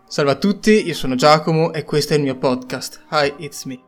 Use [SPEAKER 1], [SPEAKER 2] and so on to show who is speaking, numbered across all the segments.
[SPEAKER 1] Salve a tutti, io sono Giacomo e questo è il mio podcast. Hi, it's me.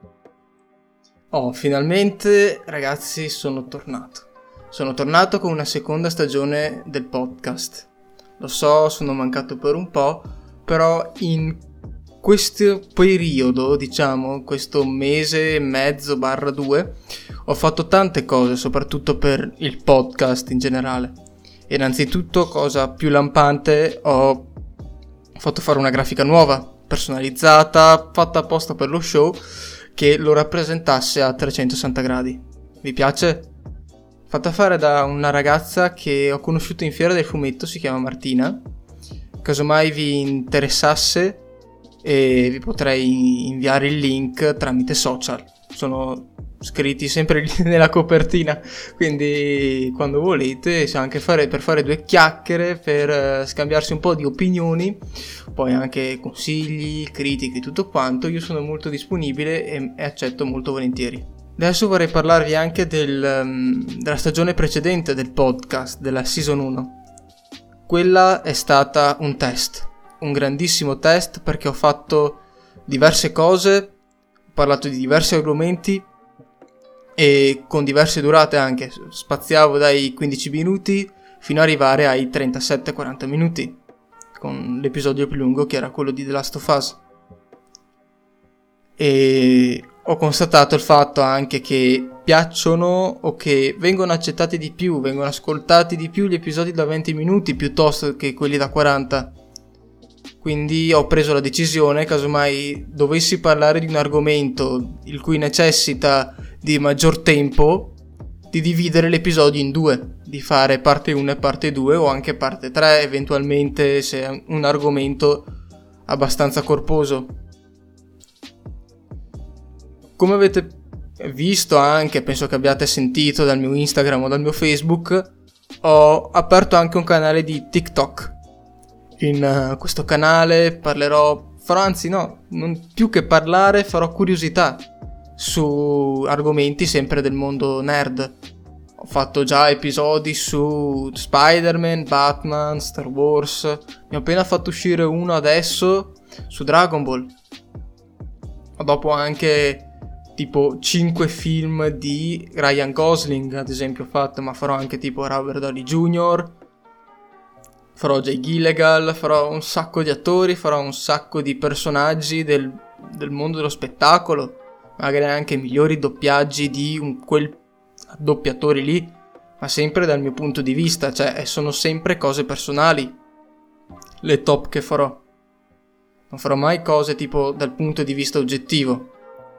[SPEAKER 1] Finalmente, ragazzi, sono tornato. Sono tornato con una seconda stagione del podcast. Lo so, sono mancato per un po', però in questo periodo, questo mese e mezzo / 2, ho fatto tante cose, soprattutto per il podcast in generale. Innanzitutto, cosa più lampante, ho fatto fare una grafica nuova, personalizzata, fatta apposta per lo show, che lo rappresentasse a 360 gradi. Vi piace? Fatta fare da una ragazza che ho conosciuto in Fiera del Fumetto, si chiama Martina. Casomai vi interessasse e vi potrei inviare il link tramite social. Sono scritti sempre lì nella copertina, quindi quando volete, se anche per fare due chiacchiere, per scambiarsi un po' di opinioni, poi anche consigli, critiche, tutto quanto, io sono molto disponibile e accetto molto volentieri. Adesso vorrei parlarvi anche della stagione precedente del podcast, della season 1. Quella è stata un test, un grandissimo test, perché ho fatto diverse cose, ho parlato di diversi argomenti e con diverse durate anche, spaziavo dai 15 minuti fino ad arrivare ai 37-40 minuti, con l'episodio più lungo che era quello di The Last of Us. E ho constatato il fatto anche che piacciono o che vengono accettati di più, vengono ascoltati di più gli episodi da 20 minuti piuttosto che quelli da 40. Quindi ho preso la decisione, casomai dovessi parlare di un argomento il cui necessita di maggior tempo, di dividere l'episodio in due, di fare parte 1 e parte 2 o anche parte 3 eventualmente se è un argomento abbastanza corposo. Come avete visto anche, penso che abbiate sentito dal mio Instagram o dal mio Facebook, ho aperto anche un canale di TikTok. In questo canale non più che parlare, farò curiosità su argomenti sempre del mondo nerd. Ho fatto già episodi su Spider-Man, Batman, Star Wars. Ne ho appena fatto uscire uno adesso su Dragon Ball. Dopo anche tipo 5 film di Ryan Gosling, ad esempio, ho fatto, ma farò anche tipo Robert Downey Jr., farò Jay Gyllenhaal, farò un sacco di attori, farò un sacco di personaggi del mondo dello spettacolo, magari anche migliori doppiaggi di quel doppiatore lì, ma sempre dal mio punto di vista, cioè sono sempre cose personali le top che farò. Non farò mai cose tipo dal punto di vista oggettivo.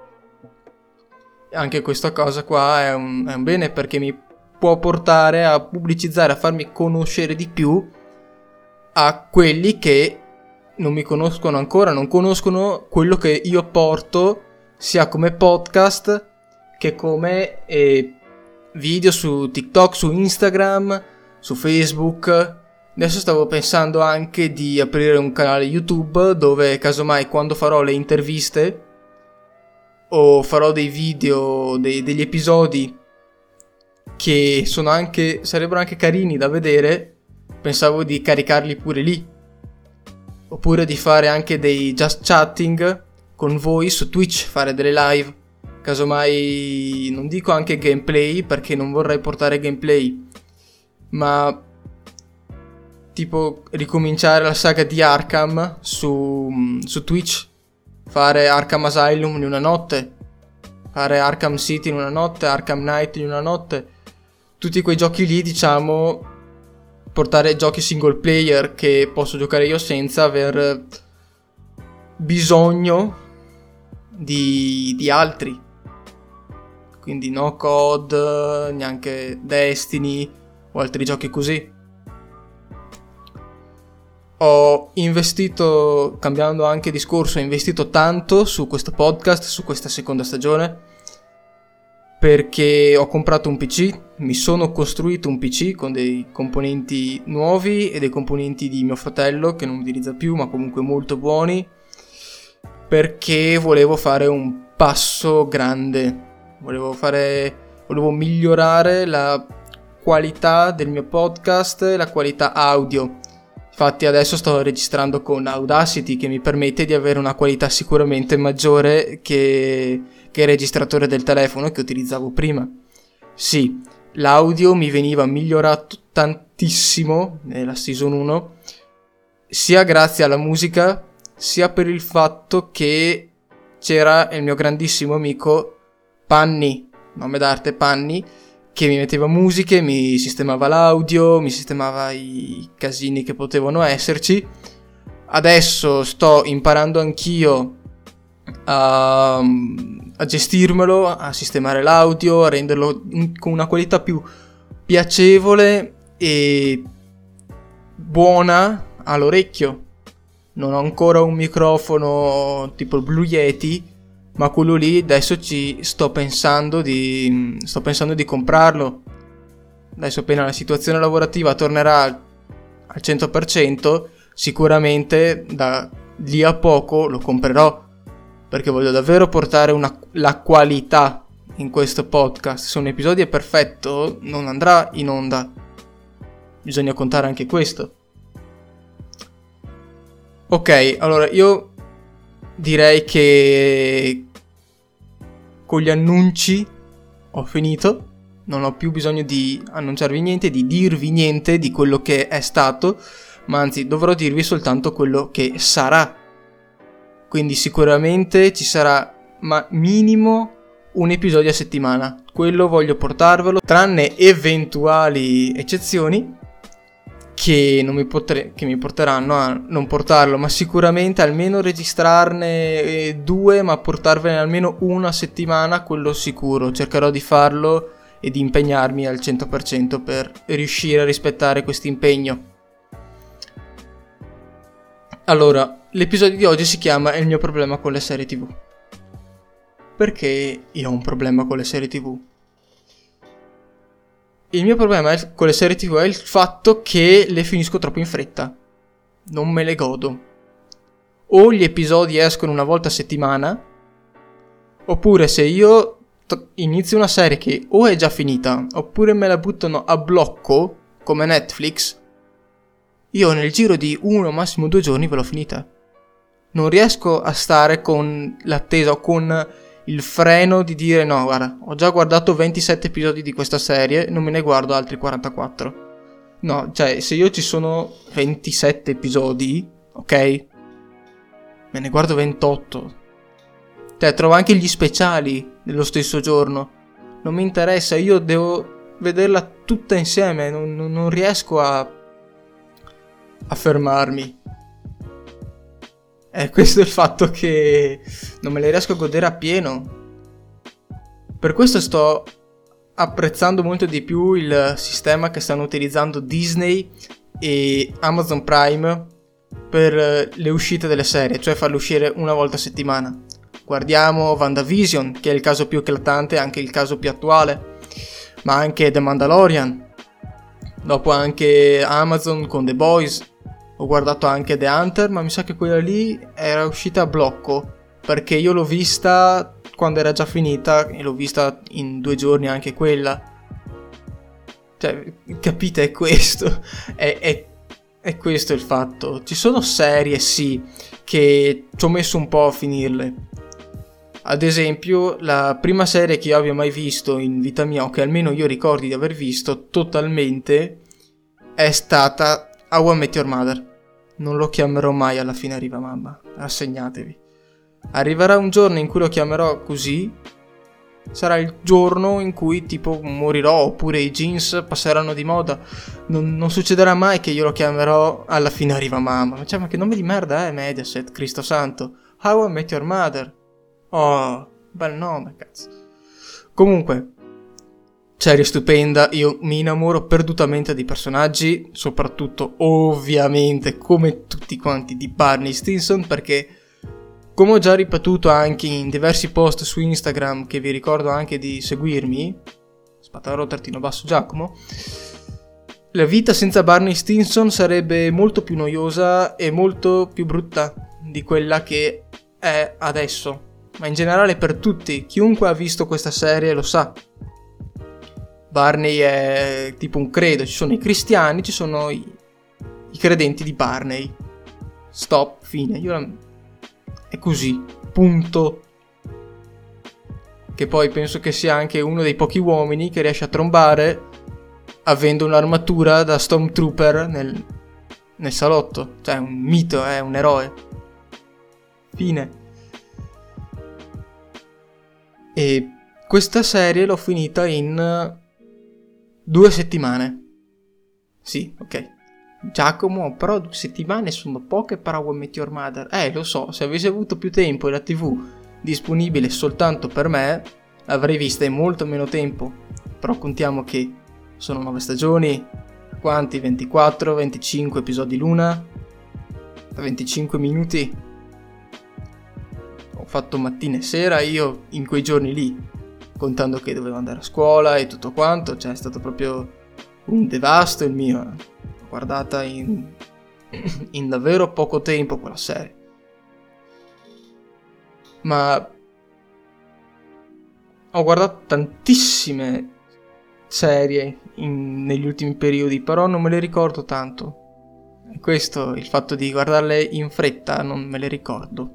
[SPEAKER 1] E anche questa cosa qua è un bene, perché mi può portare a pubblicizzare, a farmi conoscere di più a quelli che non mi conoscono ancora, non conoscono quello che io porto sia come podcast che come video su TikTok, su Instagram, su Facebook. Adesso stavo pensando anche di aprire un canale YouTube dove casomai quando farò le interviste o farò dei video, degli episodi che sarebbero anche carini da vedere, pensavo di caricarli pure lì, oppure di fare anche dei just chatting con voi su Twitch, fare delle live, casomai non dico anche gameplay perché non vorrei portare gameplay, ma tipo ricominciare la saga di Arkham su Twitch, fare Arkham Asylum in una notte, fare Arkham City in una notte, Arkham Knight in una notte, tutti quei giochi lì, portare giochi single player che posso giocare io senza aver bisogno di altri, quindi no COD, neanche Destiny o altri giochi così. Ho investito, cambiando anche discorso, ho investito tanto su questo podcast, su questa seconda stagione, perché ho comprato un PC, mi sono costruito un PC con dei componenti nuovi e dei componenti di mio fratello che non utilizza più, ma comunque molto buoni, perché volevo fare un passo grande, volevo migliorare la qualità del mio podcast, la qualità audio. Infatti adesso sto registrando con Audacity, che mi permette di avere una qualità sicuramente maggiore che il registratore del telefono che utilizzavo prima. Sì, l'audio mi veniva migliorato tantissimo nella Season 1, sia grazie alla musica, sia per il fatto che c'era il mio grandissimo amico Panni, nome d'arte Panni, che mi metteva musiche, mi sistemava l'audio, mi sistemava i casini che potevano esserci. Adesso sto imparando anch'io a gestirmelo, a sistemare l'audio, a renderlo con una qualità più piacevole e buona all'orecchio. Non ho ancora un microfono tipo il Blue Yeti, ma quello lì adesso sto pensando di comprarlo. Adesso appena la situazione lavorativa tornerà al 100%, sicuramente da lì a poco lo comprerò, perché voglio davvero portare la qualità in questo podcast. Se un episodio è perfetto non andrà in onda, bisogna contare anche questo. Ok, allora io direi che con gli annunci ho finito, non ho più bisogno di annunciarvi niente, di dirvi niente di quello che è stato, ma anzi dovrò dirvi soltanto quello che sarà. Quindi sicuramente ci sarà minimo un episodio a settimana, quello voglio portarvelo, tranne eventuali eccezioni che mi porteranno a non portarlo, ma sicuramente almeno registrarne 2, ma portarvene almeno una a settimana, quello sicuro. Cercherò di farlo e di impegnarmi al 100% per riuscire a rispettare questo impegno. Allora, l'episodio di oggi si chiama Il mio problema con le serie TV. Perché io ho un problema con le serie TV? Il mio problema con le serie TV è il fatto che le finisco troppo in fretta. Non me le godo. O gli episodi escono una volta a settimana, oppure se io inizio una serie che o è già finita, oppure me la buttano a blocco, come Netflix, io nel giro di 1 massimo 2 giorni ve l'ho finita. Non riesco a stare con l'attesa o con il freno di dire no, guarda, ho già guardato 27 episodi di questa serie, non me ne guardo altri 44. No, cioè, se io ci sono 27 episodi, ok, me ne guardo 28. Cioè, trovo anche gli speciali nello stesso giorno. Non mi interessa, io devo vederla tutta insieme, non riesco a fermarmi. Questo è il fatto che non me le riesco a godere appieno. Per questo sto apprezzando molto di più il sistema che stanno utilizzando Disney e Amazon Prime per le uscite delle serie, cioè farle uscire una volta a settimana. Guardiamo WandaVision, che è il caso più eclatante, anche il caso più attuale, ma anche The Mandalorian, dopo anche Amazon con The Boys. Ho guardato anche The Hunter, ma mi sa che quella lì era uscita a blocco, perché io l'ho vista quando era già finita e l'ho vista in 2 giorni anche quella. Cioè, capite, è questo. È questo il fatto. Ci sono serie, sì, che ci ho messo un po' a finirle. Ad esempio, la prima serie che io abbia mai visto in vita mia, o che almeno io ricordi di aver visto totalmente, è stata How I Met Your Mother. Non lo chiamerò mai Alla fine arriva mamma, rassegnatevi. Arriverà un giorno in cui lo chiamerò così, sarà il giorno in cui tipo morirò, oppure i jeans passeranno di moda. Non succederà mai che io lo chiamerò Alla fine arriva mamma. Cioè, ma che nome di merda è Mediaset, Cristo santo. How I Met Your Mother. Oh, bel nome, cazzo. Comunque, serie stupenda, io mi innamoro perdutamente di personaggi, soprattutto ovviamente come tutti quanti di Barney Stinson, perché come ho già ripetuto anche in diversi post su Instagram, che vi ricordo anche di seguirmi, _Giacomo, la vita senza Barney Stinson sarebbe molto più noiosa e molto più brutta di quella che è adesso, ma in generale per tutti, chiunque ha visto questa serie lo sa. Barney è tipo un credo, ci sono i cristiani, ci sono i i credenti di Barney. Stop, fine. È così, punto. Che poi penso che sia anche uno dei pochi uomini che riesce a trombare avendo un'armatura da Stormtrooper nel salotto. Cioè, è un mito, è un eroe. Fine. E questa serie l'ho finita in 2 settimane. Sì, ok. Giacomo, però 2 settimane sono poche per How I Met Your Mother. Lo so, se avessi avuto più tempo e la TV disponibile soltanto per me, l'avrei vista in molto meno tempo. Però contiamo che sono 9 stagioni. Quanti? 24, 25 episodi l'una, 25 minuti. Ho fatto mattina e sera io in quei giorni lì, contando che dovevo andare a scuola e tutto quanto. Cioè è stato proprio un devasto il mio. L'ho guardata in davvero poco tempo quella serie. Ma ho guardato tantissime serie negli ultimi periodi, però non me le ricordo tanto. E questo, il fatto di guardarle in fretta, non me le ricordo.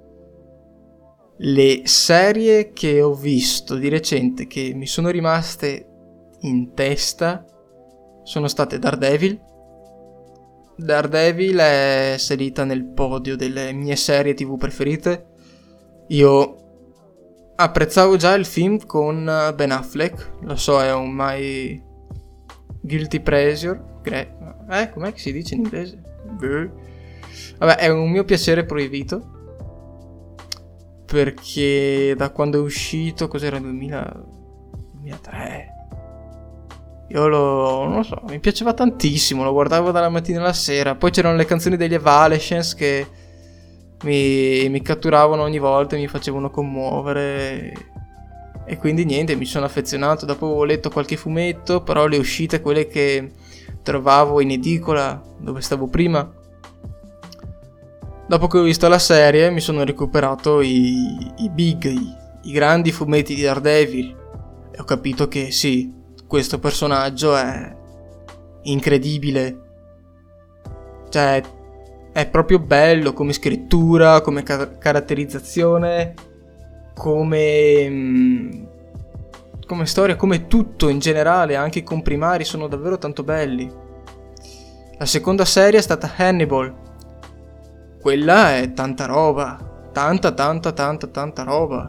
[SPEAKER 1] Le serie che ho visto di recente che mi sono rimaste in testa sono state Daredevil. Daredevil è salita nel podio delle mie serie TV preferite. Io apprezzavo già il film con Ben Affleck, lo so, è un my guilty pleasure. Com'è che si dice in inglese? Vabbè, è un mio piacere proibito, perché da quando è uscito, cos'era, 2003, io non lo so, mi piaceva tantissimo, lo guardavo dalla mattina alla sera. Poi c'erano le canzoni degli Evanescence che mi catturavano ogni volta e mi facevano commuovere, e quindi niente, mi sono affezionato. Dopo ho letto qualche fumetto, però le uscite, quelle che trovavo in edicola dove stavo prima, dopo che ho visto la serie mi sono recuperato i grandi fumetti di Daredevil e ho capito che sì, questo personaggio è incredibile. Cioè è proprio bello come scrittura, come caratterizzazione, come storia, come tutto in generale. Anche i comprimari sono davvero tanto belli. La seconda serie è stata Hannibal. Quella è tanta roba, tanta roba.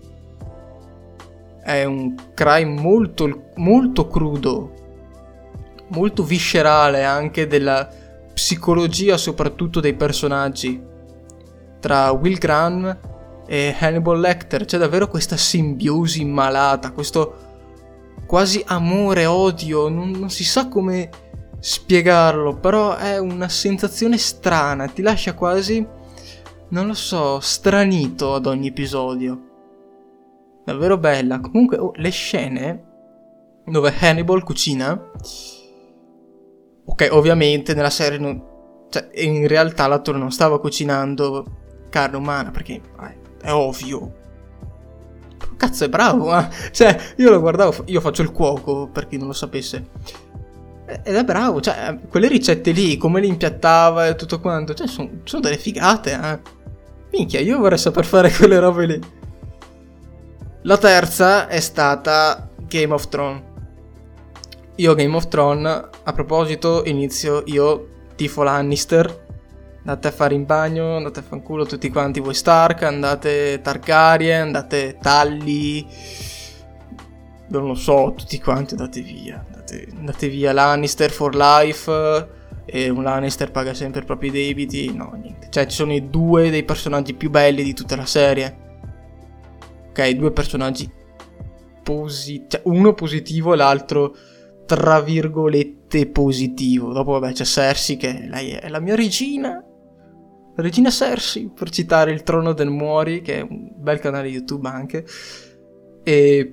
[SPEAKER 1] È un crime molto, molto crudo, molto viscerale, anche della psicologia soprattutto dei personaggi. Tra Will Graham e Hannibal Lecter c'è davvero questa simbiosi malata, questo quasi amore-odio, non si sa come spiegarlo, però è una sensazione strana, ti lascia quasi, non lo so, stranito ad ogni episodio. Davvero bella. Comunque le scene dove Hannibal cucina, ok, ovviamente nella serie cioè in realtà l'attore non stava cucinando carne umana, perché è ovvio. Cazzo, è bravo, cioè io lo guardavo, io faccio il cuoco per chi non lo sapesse, ed è bravo. Cioè quelle ricette lì, come le impiattava e tutto quanto, cioè sono delle figate, minchia, io vorrei saper fare quelle robe lì. La terza è stata Game of Thrones. Io Game of Thrones, a proposito, io tifo Lannister. Andate a fare in bagno, andate a fanculo tutti quanti voi Stark, andate Targaryen, andate Tully, non lo so, tutti quanti andate via Lannister for life, e un Lannister paga sempre i propri debiti. No, niente, cioè ci sono i due dei personaggi più belli di tutta la serie. Ok, 2 personaggi cioè uno positivo e l'altro tra virgolette positivo. Dopo vabbè c'è Cersei, che lei è la mia regina Cersei, per citare il Trono del Muori, che è un bel canale YouTube anche. E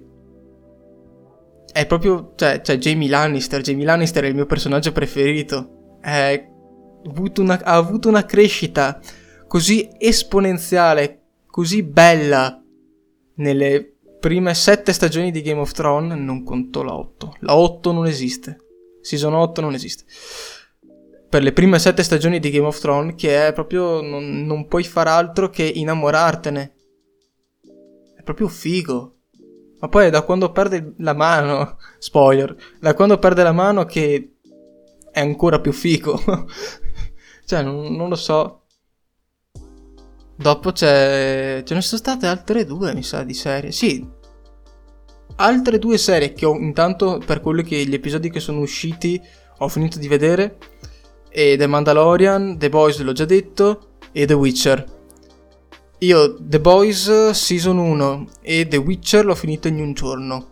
[SPEAKER 1] è proprio, cioè Jaime Lannister è il mio personaggio preferito. Ha avuto una crescita così esponenziale, così bella nelle prime 7 stagioni di Game of Thrones. Non conto la 8. La 8 non esiste. Season 8 non esiste. per le prime 7 stagioni di Game of Thrones, che è proprio, non puoi far altro che innamorartene. È proprio figo. Ma poi è da quando perde la mano, spoiler, da quando perde la mano che è ancora più figo. Cioè, non lo so. Dopo ce ne sono state altre 2, mi sa, di serie. Sì, altre 2 serie che ho, intanto, per quelli che gli episodi che sono usciti ho finito di vedere. E The Mandalorian, The Boys l'ho già detto, e The Witcher. Io The Boys Season 1 e The Witcher l'ho finito in un giorno.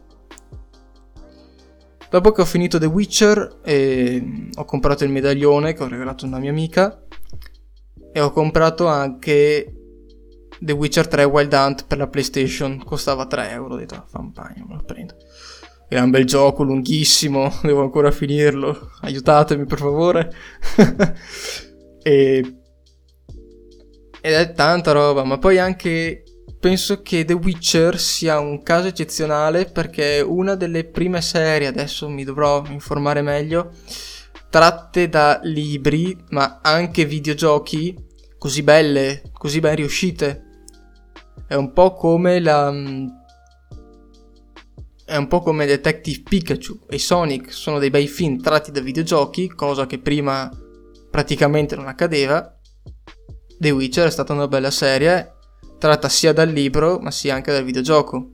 [SPEAKER 1] Dopo che ho finito The Witcher ho comprato il medaglione che ho regalato a una mia amica, e ho comprato anche The Witcher 3 Wild Hunt per la PlayStation. Costava 3 euro, ho detto fanpagno, me lo prendo. Era un bel gioco, lunghissimo, devo ancora finirlo, aiutatemi per favore. Ed è tanta roba, ma poi anche penso che The Witcher sia un caso eccezionale, perché è una delle prime serie, adesso mi dovrò informare meglio, tratte da libri, ma anche videogiochi, così belle, così ben riuscite. È un po' come Detective Pikachu e Sonic sono dei bei film tratti da videogiochi, cosa che prima praticamente non accadeva. The Witcher è stata una bella serie, tratta sia dal libro ma sia anche dal videogioco.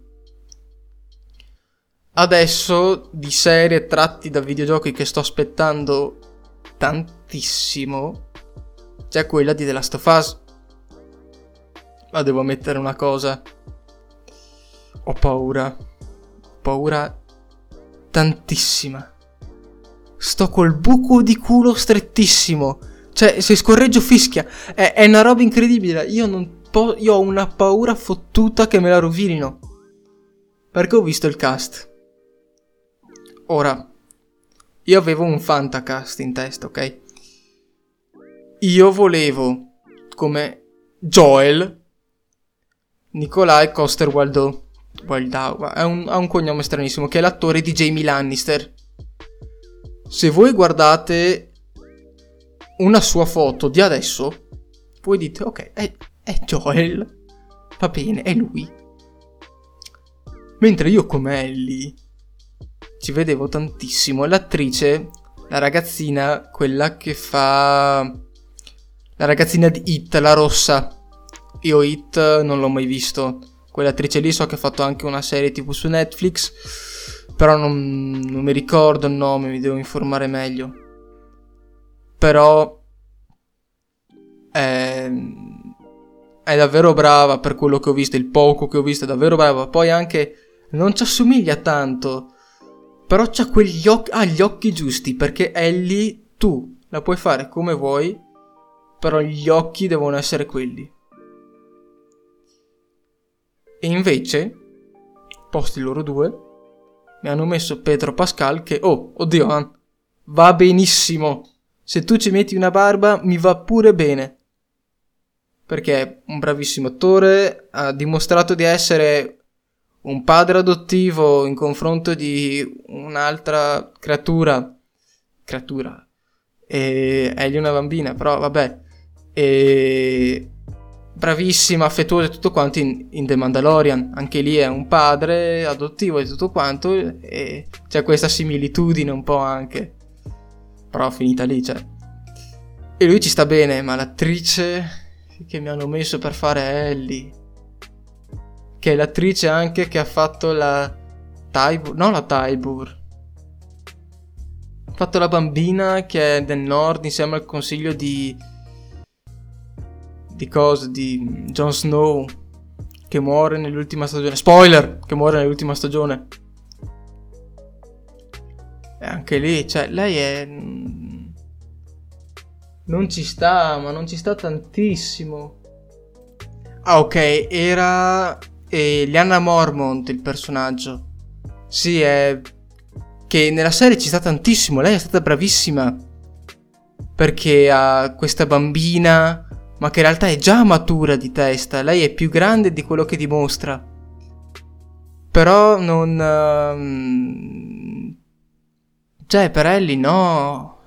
[SPEAKER 1] Adesso di serie tratti da videogiochi che sto aspettando tantissimo c'è quella di The Last of Us. Ma devo ammettere una cosa, ho paura tantissima. Sto col buco di culo strettissimo, cioè se scorreggio fischia, è una roba incredibile. Io ho una paura fottuta che me la rovinino, perché ho visto il cast. Ora, io avevo un fantacast in testa, ok? Io volevo come Joel Nikolai Coster-Waldau, ha un cognome stranissimo, che è l'attore di Jamie Lannister. Se voi guardate una sua foto di adesso, voi dite ok, è Joel, va bene, è lui. Mentre io come Ellie ci vedevo tantissimo l'attrice, la ragazzina, quella che fa la ragazzina di It, la rossa. Io It non l'ho mai visto. Quell'attrice lì so che ha fatto anche una serie TV su Netflix, però non mi ricordo il nome, mi devo informare meglio. Però è davvero brava, per quello che ho visto, il poco che ho visto è davvero brava. Poi anche non ci assomiglia tanto, però c'ha quegli occhi, gli occhi giusti, perché Ellie tu la puoi fare come vuoi, però gli occhi devono essere quelli. E invece, posti loro due, mi hanno messo Pedro Pascal che, oddio, va benissimo. Se tu ci metti una barba, mi va pure bene. Perché è un bravissimo attore, ha dimostrato di essere un padre adottivo in confronto di un'altra creatura. E egli è una bambina, però vabbè. E bravissima, affettuosa e tutto quanto in The Mandalorian. Anche lì è un padre adottivo e tutto quanto, e c'è questa similitudine un po' anche, però finita lì, cioè. E lui ci sta bene, ma l'attrice che mi hanno messo per fare Ellie, che è l'attrice anche che ha fatto la Tybur, ha fatto la bambina che è del nord insieme al consiglio di Jon Snow, che muore nell'ultima stagione. Spoiler, che muore nell'ultima stagione. E anche lì, cioè, lei è non ci sta, ma non ci sta tantissimo. Ok, era Lyanna Mormont il personaggio. Sì, è che nella serie ci sta tantissimo. Lei è stata bravissima, perché ha questa bambina, ma che in realtà è già matura di testa. Lei è più grande di quello che dimostra. Però non cioè, per Ellie no.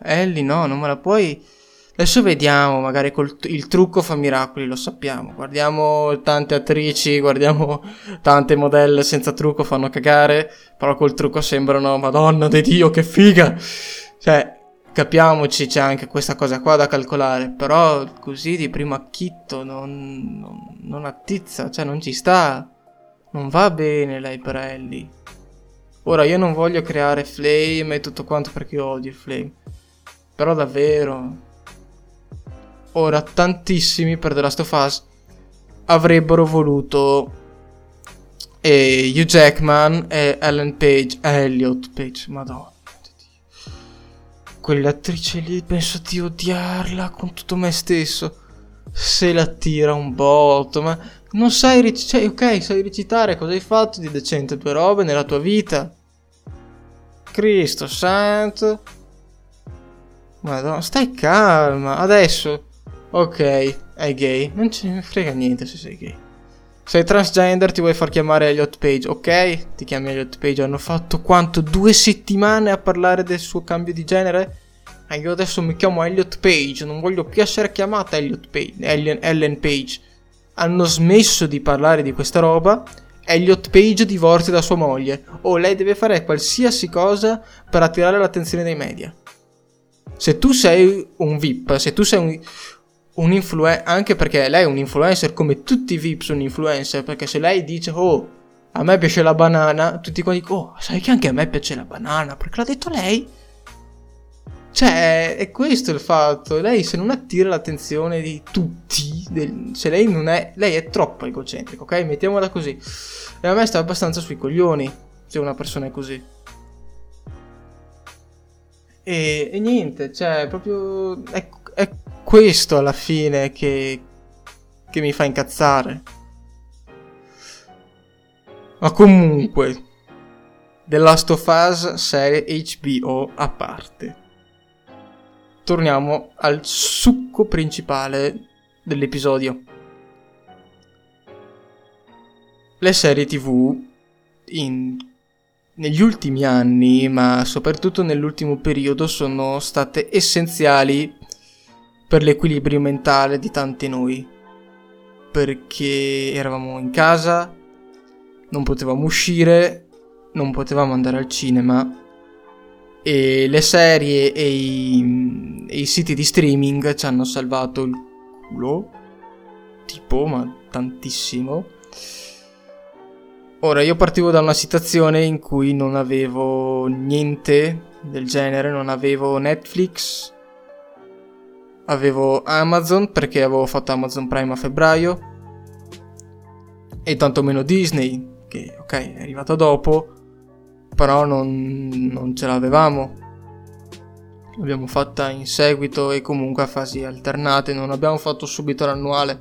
[SPEAKER 1] Ellie no, non me la puoi... Adesso vediamo, magari il trucco fa miracoli, lo sappiamo. Guardiamo tante attrici, guardiamo tante modelle senza trucco, fanno cagare, però col trucco sembrano, Madonna di Dio, che figa! Cioè, capiamoci, c'è anche questa cosa qua da calcolare, però così di primo acchitto non attizza, cioè non ci sta. Non va bene lei per Ellie. Ora, io non voglio creare flame e tutto quanto perché io odio il flame. Però davvero... Ora, tantissimi per The Last of Us avrebbero voluto Hugh Jackman e Elliot Page, madonna. Quell'attrice lì, penso di odiarla con tutto me stesso. Se la tira un botto, ma non sai recitare, ok, sai recitare, cosa hai fatto di decente tue robe nella tua vita? Cristo santo. Madonna, stai calma, adesso... Ok, è gay. Non ce ne frega niente se sei gay. Sei transgender, ti vuoi far chiamare Elliot Page. Ok, ti chiami Elliot Page. Hanno fatto quanto? 2 settimane a parlare del suo cambio di genere? Io adesso mi chiamo Elliot Page. Non voglio più essere chiamata Elliot Page. Ellen Page. Hanno smesso di parlare di questa roba. Elliot Page divorzia da sua moglie. Lei deve fare qualsiasi cosa per attirare l'attenzione dei media. Se tu sei un VIP, se tu sei un influencer, anche perché lei è un influencer come tutti i VIP sono influencer, perché se lei dice a me piace la banana, tutti quanti dicono sai che anche a me piace la banana, perché l'ha detto lei? Cioè è questo il fatto, lei se non attira l'attenzione di tutti, se lei non è, lei è troppo egocentrica, ok? Mettiamola così. E a me sta abbastanza sui coglioni se una persona è così. E niente, cioè proprio è questo alla fine che mi fa incazzare. Ma comunque, The Last of Us serie HBO a parte, torniamo al succo principale dell'episodio. Le serie TV negli ultimi anni, ma soprattutto nell'ultimo periodo, sono state essenziali per l'equilibrio mentale di tanti noi, perché eravamo in casa, non potevamo uscire, non potevamo andare al cinema e le serie e i siti di streaming ci hanno salvato il culo, tipo, ma tantissimo. Ora, io partivo da una situazione in cui non avevo niente del genere, non avevo Netflix, avevo Amazon perché avevo fatto Amazon Prime a febbraio e tantomeno Disney, che ok è arrivato dopo, però non ce l'avevamo. L'abbiamo fatta in seguito e comunque a fasi alternate, non abbiamo fatto subito l'annuale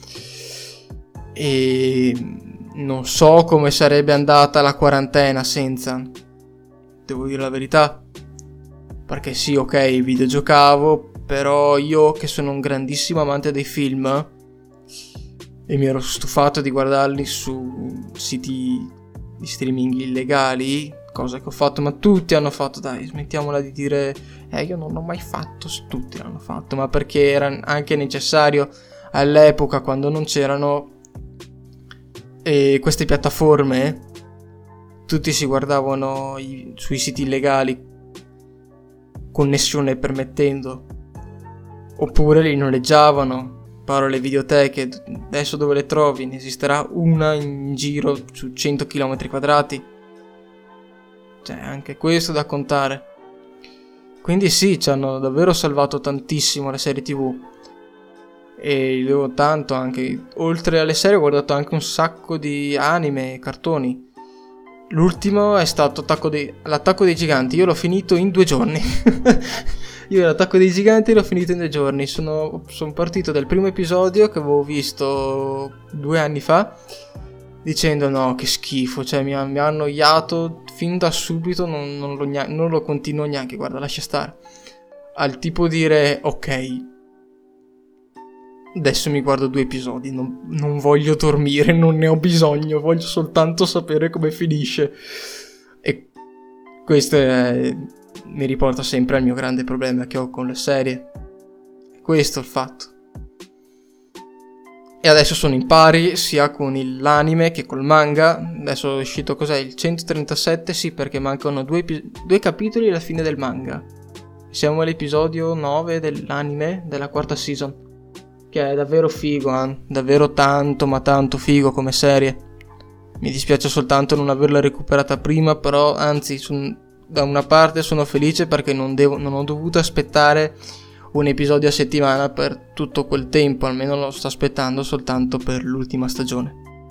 [SPEAKER 1] e non so come sarebbe andata la quarantena senza, devo dire la verità, perché sì, ok, videgiocavo, però io che sono un grandissimo amante dei film e mi ero stufato di guardarli su siti di streaming illegali, cosa che ho fatto, ma tutti hanno fatto, dai, smettiamola di dire io non l'ho mai fatto, tutti l'hanno fatto, ma perché era anche necessario all'epoca quando non c'erano queste piattaforme, tutti si guardavano sui siti illegali, connessione permettendo, oppure li noleggiavano. Parlo le videoteche, adesso dove le trovi? Ne esisterà una in giro su 100 km quadrati, cioè anche questo da contare. Quindi sì, ci hanno davvero salvato tantissimo le serie TV e li devo tanto anche. Oltre alle serie ho guardato anche un sacco di anime e cartoni. L'ultimo è stato l'Attacco dei Giganti, io l'ho finito in 2 giorni. Io l'Attacco dei Giganti l'ho finito in 2 giorni. Sono partito dal primo episodio che avevo visto 2 anni fa, dicendo no, che schifo, cioè mi ha annoiato fin da subito, non lo continuo neanche, guarda, lascia stare. Al tipo dire ok, adesso mi guardo 2 episodi, non voglio dormire, non ne ho bisogno, voglio soltanto sapere come finisce. E questo è mi riporta sempre al mio grande problema che ho con le serie. Questo è il fatto. E adesso sono in pari sia con l'anime che col manga. Adesso è uscito, cos'è, il 137? Sì, perché mancano due capitoli alla fine del manga. Siamo all'episodio 9 dell'anime della quarta season, che è davvero figo, davvero tanto ma tanto figo come serie. Mi dispiace soltanto non averla recuperata prima, però anzi da una parte sono felice perché non ho dovuto aspettare un episodio a settimana per tutto quel tempo, almeno lo sto aspettando soltanto per l'ultima stagione.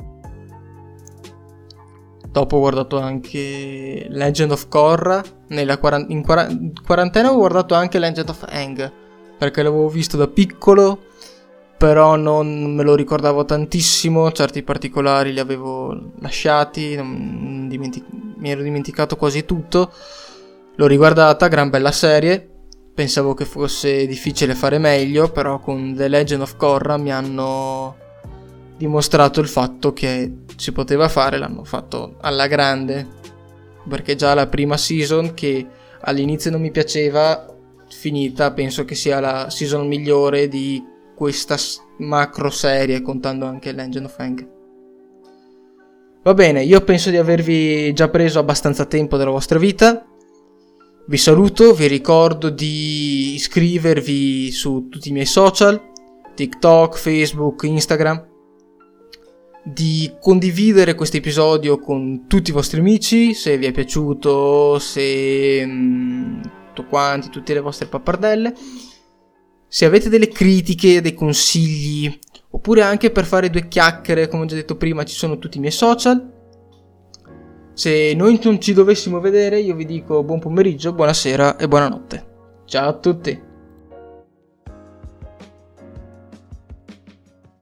[SPEAKER 1] Dopo ho guardato anche Legend of Korra, in quarantena ho guardato anche Legend of Aang, perché l'avevo visto da piccolo, però non me lo ricordavo tantissimo, certi particolari li avevo lasciati, mi ero dimenticato quasi tutto. L'ho riguardata, gran bella serie. Pensavo che fosse difficile fare meglio, però con The Legend of Korra mi hanno dimostrato il fatto che si poteva fare, l'hanno fatto alla grande, perché già la prima season, che all'inizio non mi piaceva, finita penso che sia la season migliore di questa macro serie, contando anche Legend of Aang. Va bene, io penso di avervi già preso abbastanza tempo della vostra vita. Vi saluto, vi ricordo di iscrivervi su tutti i miei social, TikTok, Facebook, Instagram, di condividere questo episodio con tutti i vostri amici, se vi è piaciuto, se tutto quanti, tutte le vostre pappardelle. Se avete delle critiche, dei consigli, oppure anche per fare due chiacchiere, come ho già detto prima, ci sono tutti i miei social. Se noi non ci dovessimo vedere, io vi dico buon pomeriggio, buonasera e buonanotte. Ciao a tutti!